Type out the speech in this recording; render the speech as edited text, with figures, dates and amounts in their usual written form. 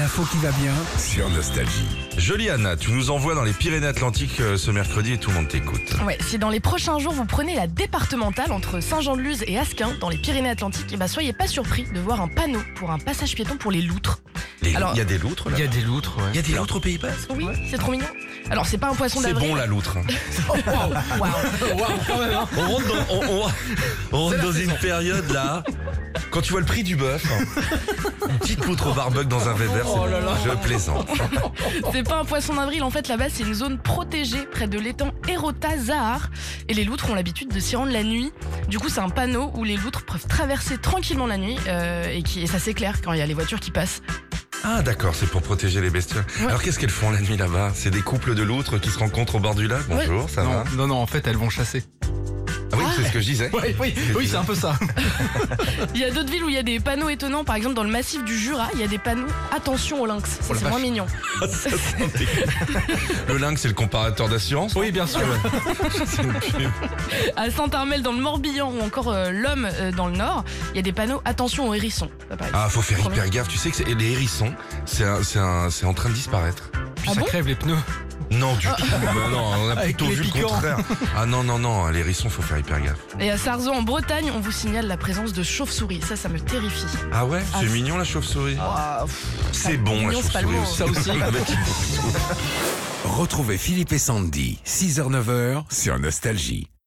l'info qui va bien. Sur Nostalgie. Jolie Anna, tu nous envoies dans les Pyrénées-Atlantiques ce mercredi et tout le monde t'écoute. Ouais, si dans les prochains jours vous prenez la départementale entre Saint-Jean-de-Luz et Asquin dans les Pyrénées-Atlantiques, soyez pas surpris de voir un panneau pour un passage piéton pour les loutres. Alors- Il y a des loutres là. Il y a des loutres, ouais. Il y a des loutres au Pays Basque. Oui, c'est trop mignon. Alors c'est pas un poisson C'est d'avril. bon la loutre. Waouh. On rentre dans une période là. Quand tu vois le prix du bœuf, une petite loutre au barbecue dans un verre, c'est bon. Je plaisante. C'est pas un poisson d'avril, en fait là-bas c'est une zone protégée près de l'étang Erota-Zahar. Et les loutres ont l'habitude de s'y rendre la nuit. Du coup c'est un panneau où les loutres peuvent traverser tranquillement la nuit et ça s'éclaire quand il y a les voitures qui passent. Ah d'accord, c'est pour protéger les bestioles. Ouais. Alors qu'est-ce qu'elles font la nuit là-bas? C'est des couples de loutres qui se rencontrent au bord du lac. Bonjour, ça va? Non, en fait, elles vont chasser. Ah oui, c'est ce que je disais. Oui, c'est un peu ça. Il y a d'autres villes où il y a des panneaux étonnants, par exemple dans le massif du Jura, il y a des panneaux attention au lynx. Ça, Oh la c'est moins vache. mignon. Ça sent dégueu. Le lynx, c'est le comparateur d'assurance. Oui, bien sûr. C'est une pub. À Saint-Armel dans le Morbihan ou encore l'Homme dans le Nord, il y a des panneaux attention aux hérissons. Ça paraît. Ah, faut faire Trop hyper gaffe. Tu sais que les hérissons, c'est en train de disparaître. Puis Ah ça bon crève les pneus. Non, du tout. Bah non, on a Avec plutôt les vu le piquants. contraire. Ah non, les hérissons, faut faire hyper gaffe. Et à Sarzeau en Bretagne, on vous signale la présence de chauves-souris. Ça me terrifie. Ah ouais, Ah, c'est c'est- mignon la chauve-souris. Ah, C'est bon la mignon, c'est pas le chauve-souris mot. aussi. Ça aussi. Le mec, il- Retrouvez Philippe et Sandy, 6h-9h sur Nostalgie.